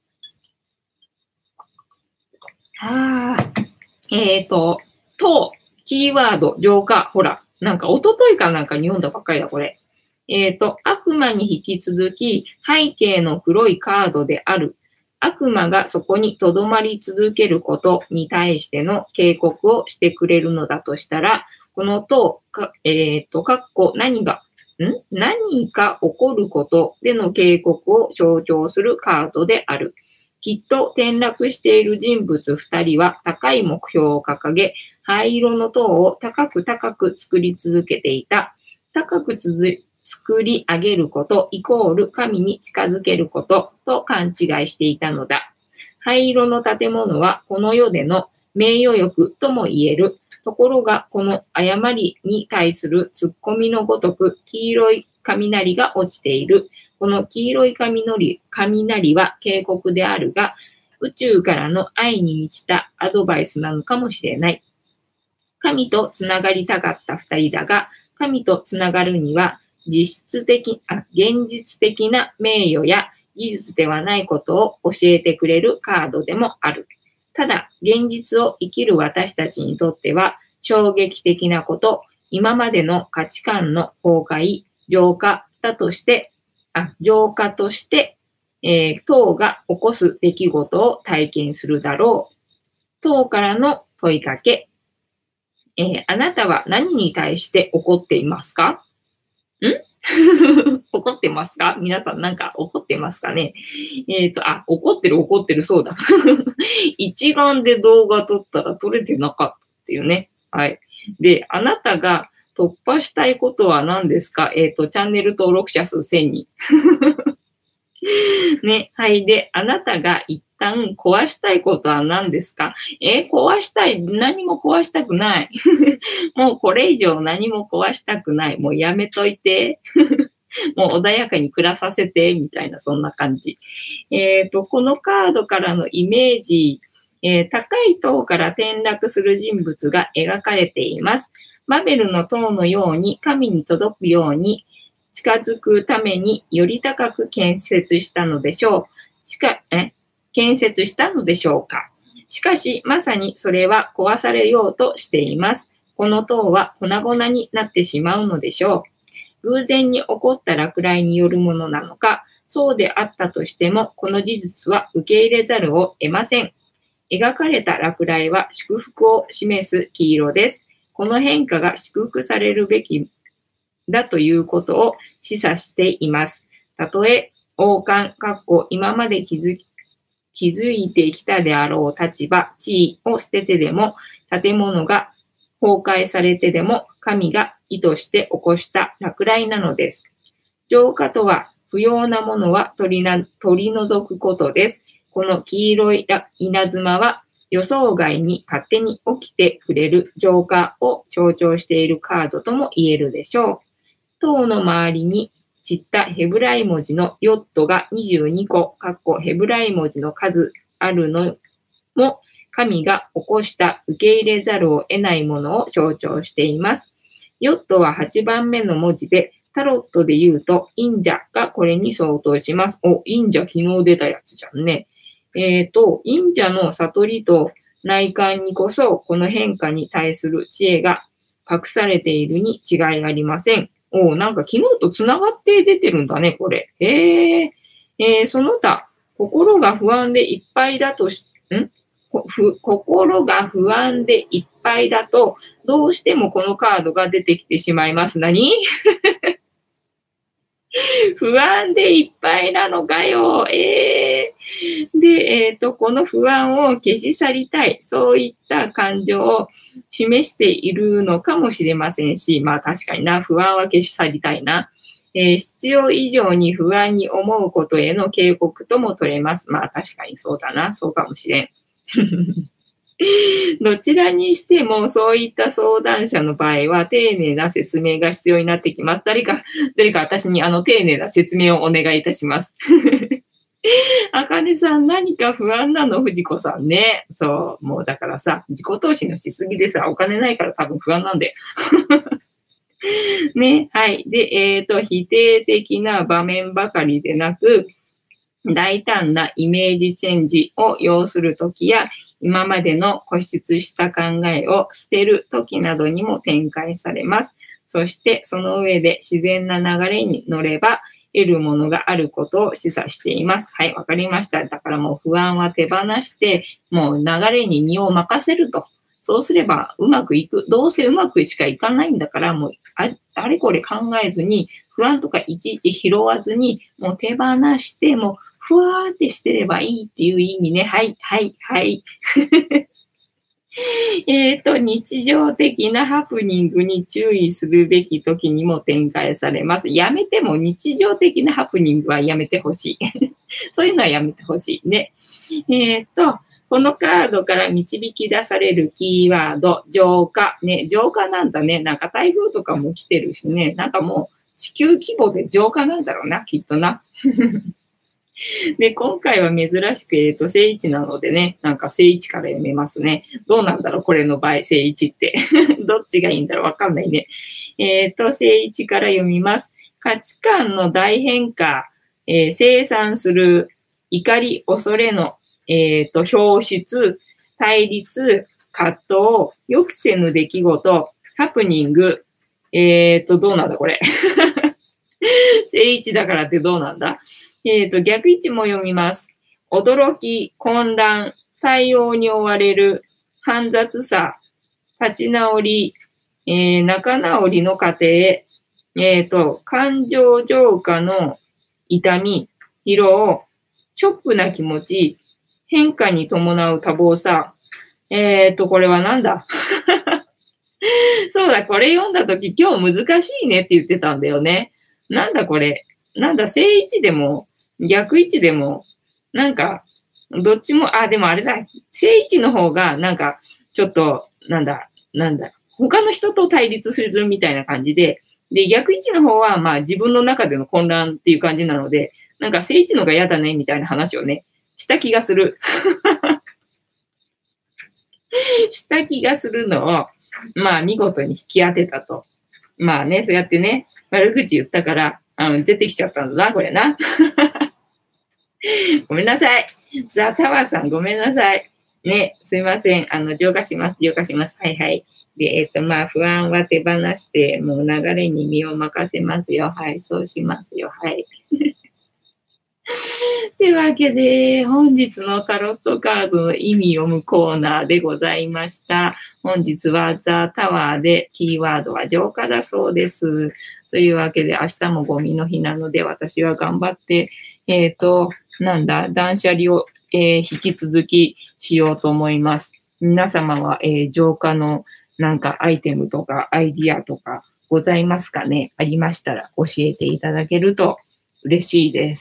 キーワード、浄化。ほら、なんか一昨日かなんかに読んだばっかりだ、これ。悪魔に引き続き、背景の黒いカードである。悪魔がそこに留まり続けることに対しての警告をしてくれるのだとしたら、このかっこ何が何か起こることでの警告を象徴するカードである。きっと転落している人物2人は高い目標を掲げ、灰色の塔を高く高く作り続けていた。高く作り上げることイコール神に近づけることと勘違いしていたのだ。灰色の建物はこの世での名誉欲とも言える。ところが、この誤りに対するツッコミのごとく黄色い雷が落ちている。この黄色い雷は警告であるが、宇宙からの愛に満ちたアドバイスなのかもしれない。神とつながりたかった二人だが、神とつながるには現実的な名誉や技術ではないことを教えてくれるカードでもある。ただ、現実を生きる私たちにとっては、衝撃的なこと、今までの価値観の崩壊、浄化として、党が起こす出来事を体験するだろう。党からの問いかけ、あなたは何に対して怒っていますか？怒ってますか？皆さんなんか怒ってますかね？怒ってる、そうだ。一眼で動画撮ったら撮れてなかったっていうね。はい。で、あなたが突破したいことは何ですか？チャンネル登録者数1000人。ね。はい。で、あなたが一旦壊したいことは何ですか？何も壊したくない。もうこれ以上何も壊したくない。もうやめといて。もう穏やかに暮らさせて、みたいな、そんな感じ。このカードからのイメージ、高い塔から転落する人物が描かれています。バベルの塔のように神に届くように近づくためにより高く建設したのでしょうか。しかし、まさにそれは壊されようとしています。この塔は粉々になってしまうのでしょう。偶然に起こった落雷によるものなのか、そうであったとしても、この事実は受け入れざるを得ません。描かれた落雷は祝福を示す黄色です。この変化が祝福されるべきだということを示唆しています。たとえ王冠、今まで築いてきたであろう立場、地位を捨ててでも、建物が崩壊されてでも、神が意図して起こした落雷なのです。浄化とは、不要なものは取り除くことです。この黄色い稲妻は、予想外に勝手に起きてくれる浄化を象徴しているカードとも言えるでしょう。塔の周りに散ったヘブライ文字のヨットが22個、ヘブライ文字の数あるのも、神が起こした受け入れざるを得ないものを象徴しています。ヨットは8番目の文字で、タロットで言うと、忍者がこれに相当します。忍者昨日出たやつじゃんね。忍者の悟りと内観にこそ、この変化に対する知恵が隠されているに違いありません。なんか昨日とつながって出てるんだね、これ。その他、心が不安でいっぱいだと心が不安でいっぱいだと、どうしてもこのカードが出てきてしまいます。何不安でいっぱいなのかよ。で、この不安を消し去りたい。そういった感情を示しているのかもしれませんし、まあ確かにな、不安は消し去りたいな。必要以上に不安に思うことへの警告とも取れます。まあ確かにそうだな。そうかもしれん。どちらにしてもそういった相談者の場合は丁寧な説明が必要になってきます。誰か私に丁寧な説明をお願いいたします。あかねさん何か不安なの？藤子さんね。そう、もうだからさ、自己投資のしすぎでさ、お金ないから多分不安なんだよ。ね、はい。で、否定的な場面ばかりでなく、大胆なイメージチェンジを要するときや、今までの固執した考えを捨てるときなどにも展開されます。そしてその上で自然な流れに乗れば得るものがあることを示唆しています。はい、わかりました。だからもう不安は手放して、もう流れに身を任せると。そうすればうまくいく。どうせうまくしかいかないんだから、もうあれこれ考えずに不安とかいちいち拾わずに、もう手放して、もうふわーってしてればいいっていう意味ね。はい、はい、はい。日常的なハプニングに注意するべき時にも展開されます。やめても日常的なハプニングはやめてほしい。そういうのはやめてほしいね。このカードから導き出されるキーワード、浄化。ね、浄化なんだね。なんか台風とかも来てるしね。なんかもう地球規模で浄化なんだろうな、きっとな。で、今回は珍しく、正位置なのでね、なんか正位置から読めますね。どうなんだろうこれの場合、正位置って。どっちがいいんだろうわかんないね。正位置から読みます。価値観の大変化、生産する怒り、恐れの、表出、対立、葛藤、予期せぬ出来事、ハプニング、どうなんだこれ。正位置だからってどうなんだ逆位置も読みます。驚き、混乱、対応に追われる、煩雑さ、立ち直り、仲直りの過程、感情浄化の痛み、疲労、ショックな気持ち、変化に伴う多忙さ。これはなんだそうだ、これ読んだとき今日難しいねって言ってたんだよね。なんだこれ。なんだ、正位置でも逆位置でも、なんか、どっちも、でもあれだ。正位置の方が、なんか、ちょっと、なんだ、他の人と対立するみたいな感じで、で、逆位置の方は、まあ自分の中での混乱っていう感じなので、なんか正位置のが嫌だね、みたいな話をね、した気がする。した気がするのを、まあ見事に引き当てたと。まあね、そうやってね、悪口言ったから、出てきちゃったんだな、これな。ごめんなさい。ザ・タワーさん、ごめんなさい。ね、すいません。浄化します。浄化します。はいはい。で、まあ、不安は手放して、もう流れに身を任せますよ。はい、そうしますよ。はい。というわけで、本日のタロットカードの意味を読むコーナーでございました。本日はザ・タワーでキーワードは浄化だそうです。というわけで、明日もゴミの日なので、私は頑張って、断捨離を、引き続きしようと思います。皆様は、浄化のなんかアイテムとかアイディアとかございますかね？ありましたら教えていただけると嬉しいです。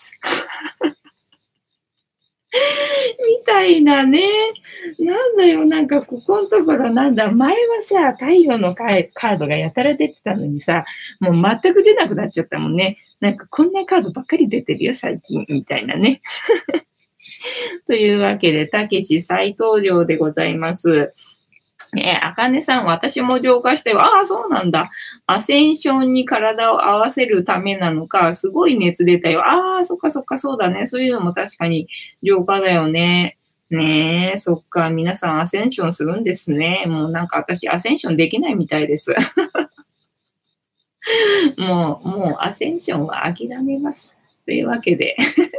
みたいなね。なんだよ、なんかここのところなんだ、前はさ、太陽のカードがやたら出てたのにさ、もう全く出なくなっちゃったもんね。なんかこんなカードばっかり出てるよ、最近、みたいなね。というわけで、たけし再登場でございます。あかねさん、私も浄化したよ。ああ、そうなんだ。アセンションに体を合わせるためなのか、すごい熱出たよ。ああ、そっかそっか、そうだね。そういうのも確かに浄化だよね。ねえ、そっか。皆さんアセンションするんですね。もうなんか私アセンションできないみたいです。もうアセンションは諦めます。というわけで。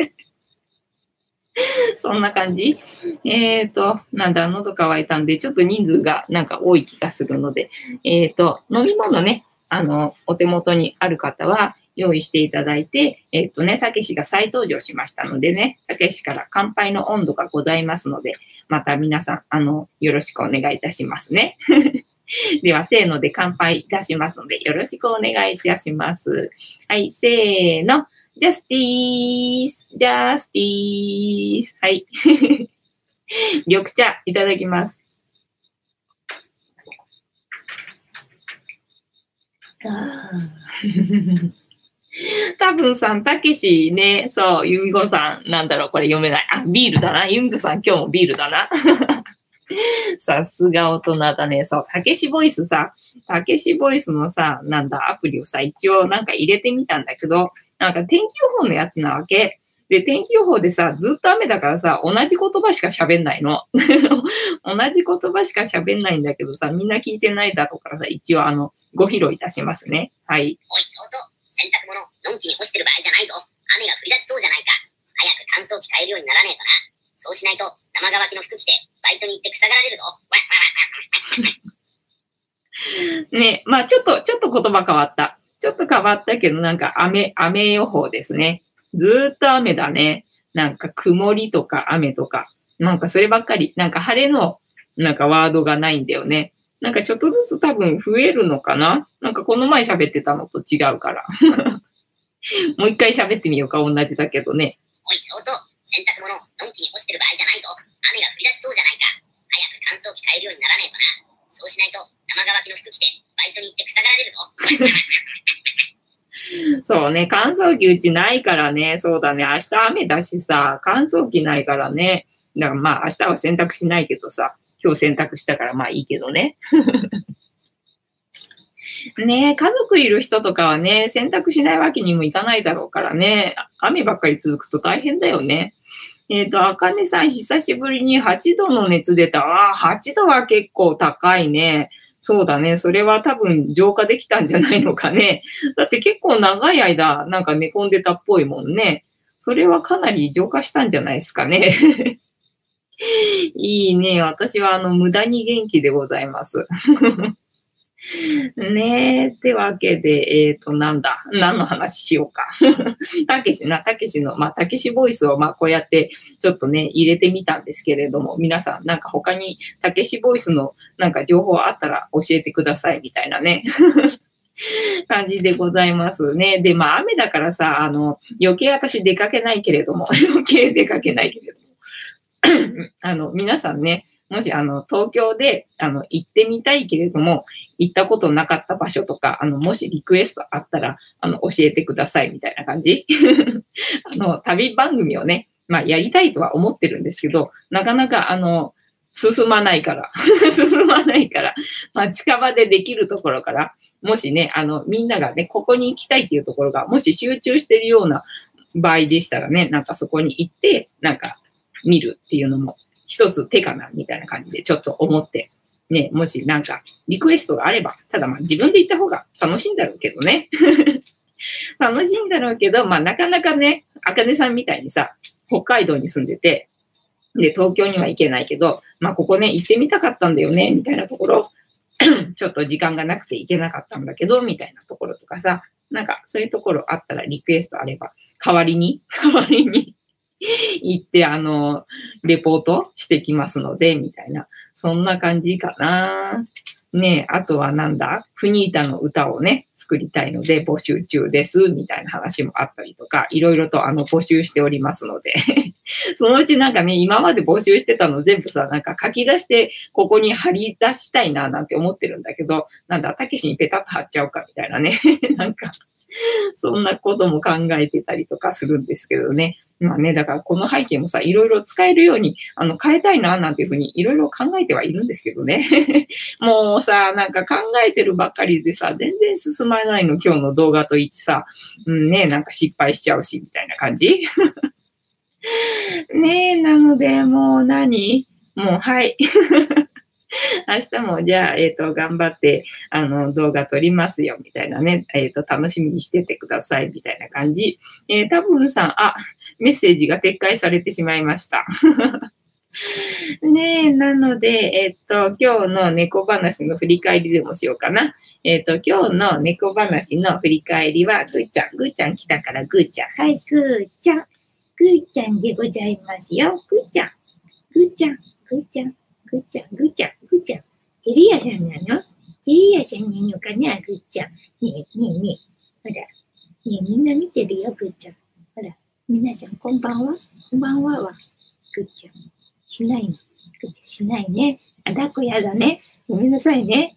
そんな感じなんだ、喉乾いたんで、ちょっと人数がなんか多い気がするので、飲み物ね、お手元にある方は用意していただいて、たけしが再登場しましたのでね、たけしから乾杯の温度がございますので、また皆さん、よろしくお願いいたしますね。では、せーので乾杯いたしますので、よろしくお願いいたします。はい、せーの。ジャスティース、ジャスティース。はい。緑茶いただきます。多分さん、たけしね、そう、ゆみこさん、なんだろう、これ読めない。ビールだな。ゆみこさん、今日もビールだな。さすが大人だね。そう、たけしボイスさ、たけしボイスのさ、なんだ、アプリをさ、一応なんか入れてみたんだけど、なんか天気予報のやつなわけ。で、天気予報でさ、ずっと雨だからさ、同じ言葉しか喋んないの。同じ言葉しか喋んないんだけどさ、みんな聞いてないだろうからさ、一応ご披露いたしますね。はい。 おい、そうと、洗濯物、のんきに干してる場合じゃないぞ。雨が降り出しそうじゃないか。早く乾燥機変えるようにならねえとな。そうしないと、生乾きの服着て、バイトに行って臭がられるぞ。ね、 まあちょっと言葉変わった。 ちょっと変わったけど、なんか雨予報ですね。ずーっと雨だね。なんか曇りとか雨とか。なんかそればっかり。なんか晴れのなんかワードがないんだよね。なんかちょっとずつ多分増えるのかな。なんかこの前喋ってたのと違うから。もう一回喋ってみようか、同じだけどね。 おい、相当。洗濯物、のんきに干してる場合じゃないぞ。雨が降り出しそうじゃないか。早く乾燥機変えるようにならねえとな。そうしないと、生乾きの服着て、バイトに行って草がられるぞ。 そうね、乾燥機うちないからね。そうだね、明日雨だしさ、乾燥機ないからね。だからまあ明日は洗濯しないけどさ、今日洗濯したからまあいいけどね。ねえ、家族いる人とかはね、洗濯しないわけにもいかないだろうからね、雨ばっかり続くと大変だよね。あかねさん、久しぶりに8度の熱出た。ああ、8度は結構高いね。そうだね。それは多分浄化できたんじゃないのかね。だって結構長い間、なんか寝込んでたっぽいもんね。それはかなり浄化したんじゃないですかね。いいね。私は無駄に元気でございます。ねえ、ってわけで、なんだ、何の話しようか。たけしの、まあ、たけしボイスを、まあ、こうやって、ちょっとね、入れてみたんですけれども、皆さん、なんか他に、たけしボイスの、なんか情報あったら教えてください、みたいなね。感じでございますね。で、まあ、雨だからさ、余計私出かけないけれども、余計出かけないけれども。皆さんね、もし、東京で、行ってみたいけれども、行ったことなかった場所とか、もしリクエストあったら、教えてください、みたいな感じ。旅番組をね、まあ、やりたいとは思ってるんですけど、なかなか、進まないから、進まないから、まあ、近場でできるところから、もしね、みんながね、ここに行きたいっていうところが、もし集中してるような場合でしたらね、なんかそこに行って、なんか、見るっていうのも一つ手かなみたいな感じでちょっと思って、ね、もしなんかリクエストがあれば、ただまあ自分で行った方が楽しいんだろうけどね。楽しいんだろうけど、まあなかなかね、あかねさんみたいにさ、北海道に住んでて、で、東京には行けないけど、まあここね、行ってみたかったんだよね、みたいなところ、ちょっと時間がなくて行けなかったんだけど、みたいなところとかさ、なんかそういうところあったらリクエストあれば、代わりに行って、レポートしてきますので、みたいな。そんな感じかな。ねえ、あとはなんだフニータの歌をね、作りたいので募集中です、みたいな話もあったりとか、いろいろと募集しておりますので。そのうちなんかね、今まで募集してたの全部さ、なんか書き出して、ここに貼り出したいな、なんて思ってるんだけど、なんだ、たけしにペタッと貼っちゃおうか、みたいなね。なんか、そんなことも考えてたりとかするんですけどね。まあね、だからこの背景もさ、いろいろ使えるように、変えたいな、なんていうふうにいろいろ考えてはいるんですけどね。もうさ、なんか考えてるばっかりでさ、全然進まないの、今日の動画といちさ、ね、なんか失敗しちゃうし、みたいな感じ。ねえ、なので、もうもう、はい。明日もじゃあ、頑張って、動画撮りますよ、みたいなね。楽しみにしててください、みたいな感じ。多分さん、メッセージが撤回されてしまいました。ねえ、なので、今日の猫話の振り返りでもしようかな。今日の猫話の振り返りは、ぐーちゃん来たからぐーちゃん。はい、ぐーちゃんでございますよ。ぐーちゃん。テリアさんなの？テリアさんなのかな、ぐーちゃん。ねえ。ほら。ねえ、みんな見てるよ、ぐーちゃん。ほら。皆さん、こんばんは。こんばんは。ぐーちゃん。しないの。ぐーちゃんしないね。抱っこやだね。ごめんなさいね。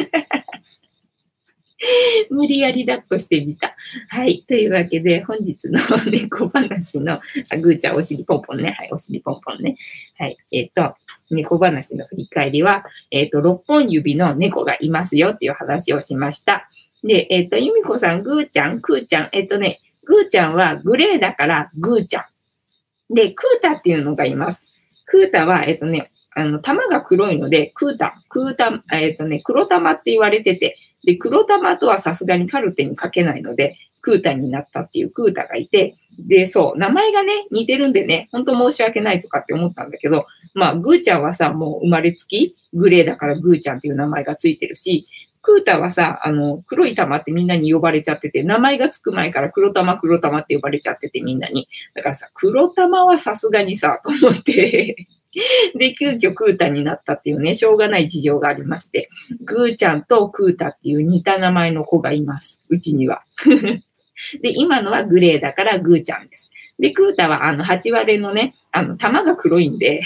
無理やり抱っこしてみた。はい。というわけで、本日の猫話の、ぐーちゃんお尻ポンポンね。はい。お尻ポンポンね。はい。猫話の振り返りは、6本指の猫がいますよっていう話をしました。で、ゆみこさん、ぐーちゃん、くーちゃん。ぐーちゃんはグレーだからぐーちゃん。で、クータっていうのがいます。クータは、玉が黒いので、黒玉って言われてて、で、黒玉とはさすがにカルテに書けないので、クータになったっていうクータがいて、で、そう、名前がね、似てるんでね、ほんと申し訳ないとかって思ったんだけど、まあ、グーちゃんはさ、もう生まれつき、グレーだからグーちゃんっていう名前がついてるし、 クータはさ、黒い玉ってみんなに呼ばれちゃってて、名前がつく前から黒玉黒玉って呼ばれちゃっててみんなに。だからさ、黒玉はさすがにさ、と思ってで、急遽クータになったっていうね、しょうがない事情がありまして、グーちゃんとクータっていう似た名前の子がいます。うちには。で、今のはグレーだからグーちゃんです。で、クータは8割れのね、玉が黒いんで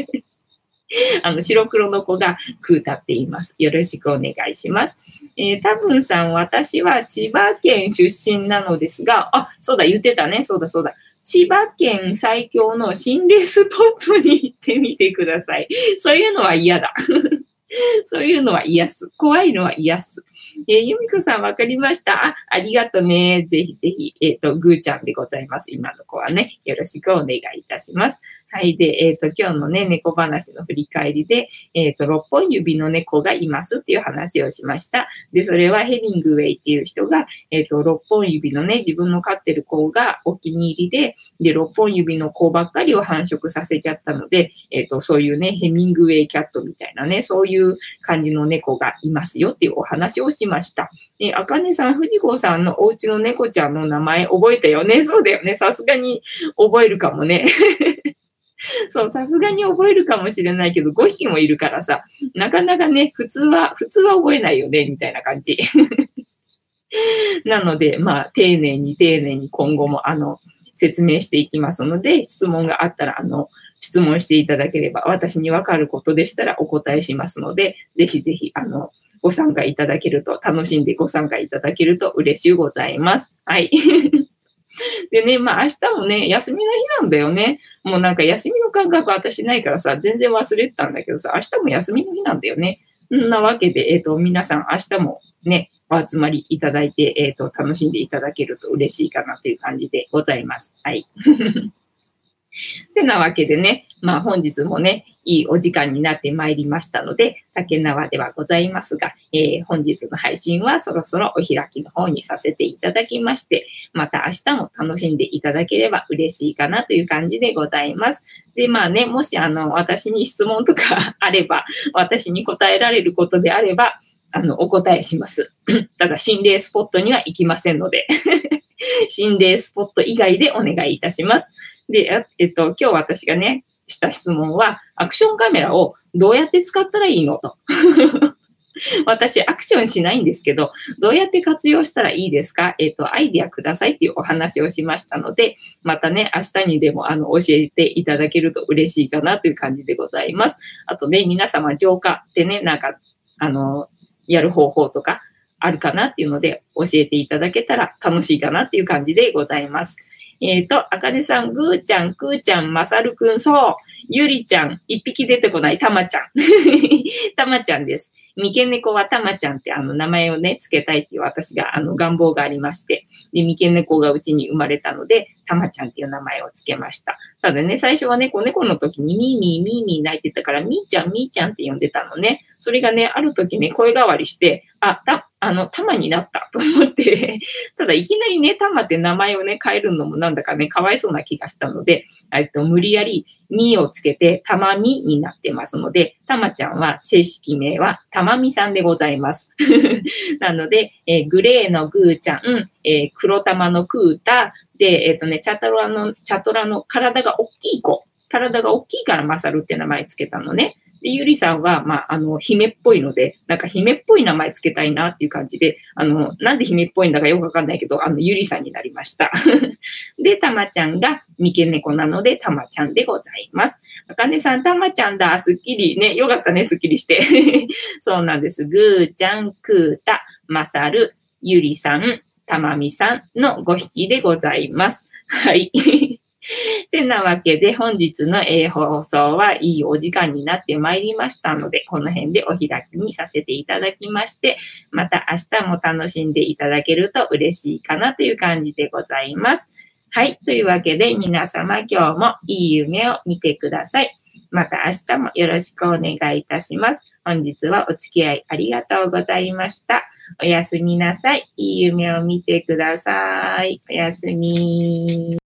白黒の子がクータって言います。よろしくお願いします。多分さん、私は千葉県出身なのですが、あ、そうだ、言ってたね。そうだ、そうだ。千葉県最強の心霊スポットに行ってみてください。そういうのは嫌だ。そういうのは癒す。怖いのは癒す。由美子さんわかりました。ありがとね。ぜひぜひ、ぐーちゃんでございます。今の子はね。よろしくお願いいたします。はい。で、今日のね、猫話の振り返りで、6本指の猫がいますっていう話をしました。で、それはヘミングウェイっていう人が、6本指のね、自分の飼ってる子がお気に入りで、6本指の子ばっかりを繁殖させちゃったので、そういうね、ヘミングウェイキャットみたいなね、そういう感じの猫がいますよっていうお話をしました。あかねさん、藤子さんのお家の猫ちゃんの名前覚えたよね。そうだよね。さすがに覚えるかもね。そう、さすがに覚えるかもしれないけど、5匹もいるからさ、なかなかね、普通は覚えないよね、みたいな感じ。なので、まあ、丁寧に今後も、説明していきますので、質問があったら、質問していただければ、私にわかることでしたらお答えしますので、ぜひぜひ、ご参加いただけると、楽しんでご参加いただけると嬉しゅうございます。はい。でね、まあ明日もね、休みの日なんだよね。もうなんか休みの感覚私ないからさ、全然忘れてたんだけどさ、明日も休みの日なんだよね。そんなわけで、皆さん明日もね、お集まりいただいて、楽しんでいただけると嬉しいかなという感じでございます。はい。てなわけでね、まあ本日もね、いいお時間になってまいりましたので、竹縄ではございますが、本日の配信はそろそろお開きの方にさせていただきまして、また明日も楽しんでいただければ嬉しいかなという感じでございます。で、まあね、もし私に質問とかあれば、私に答えられることであれば、お答えします。ただ、心霊スポットには行きませんので、心霊スポット以外でお願いいたします。で、今日私がね、した質問は、アクションカメラをどうやって使ったらいいのと。私、アクションしないんですけど、どうやって活用したらいいですか？アイディアくださいっていうお話をしましたので、またね、明日にでも教えていただけると嬉しいかなという感じでございます。あとね、皆様、浄化ってね、なんか、やる方法とかあるかなっていうので、教えていただけたら楽しいかなっていう感じでございます。あかねさん、ぐーちゃん、くーちゃん、まさるくん、そう、ゆりちゃん、一匹出てこない、たまちゃん。たまちゃんです。三毛猫はたまちゃんって名前をね、つけたいっていう私が願望がありまして、で、三毛猫がうちに生まれたので、たまちゃんっていう名前をつけました。ただね、最初はね、子猫の時にミーミー、ミーミー泣いてたから、みーちゃん、みーちゃんって呼んでたのね。それがね、ある時ね、声変わりして、たまになったと思って、ただいきなりね、たまって名前をね、変えるのもなんだかね、かわいそうな気がしたので、無理やり、みをつけて、たまみになってますので、たまちゃんは、正式名は、たまみさんでございます。なので、グレーのグーちゃん、黒玉のクータ、で、チャトラの体が大きい子。体が大きいからマサルって名前つけたのね。で、ゆりさんは、まあ、姫っぽいので、なんか姫っぽい名前つけたいなっていう感じで、なんで姫っぽいんだかよくわかんないけど、ゆりさんになりました。で、たまちゃんが三毛猫なので、たまちゃんでございます。あかねさん、たまちゃんだ、すっきり。ね、よかったね、すっきりして。そうなんです。ぐーちゃん、くーた、まさる、ゆりさん、たまみさんの5匹でございます。はい。てなわけで、本日の放送はいいお時間になってまいりましたので、この辺でお開きにさせていただきまして、また明日も楽しんでいただけると嬉しいかなという感じでございます。はい。というわけで、皆様今日もいい夢を見てください。また明日もよろしくお願いいたします。本日はお付き合いありがとうございました。おやすみなさい。いい夢を見てください。おやすみ。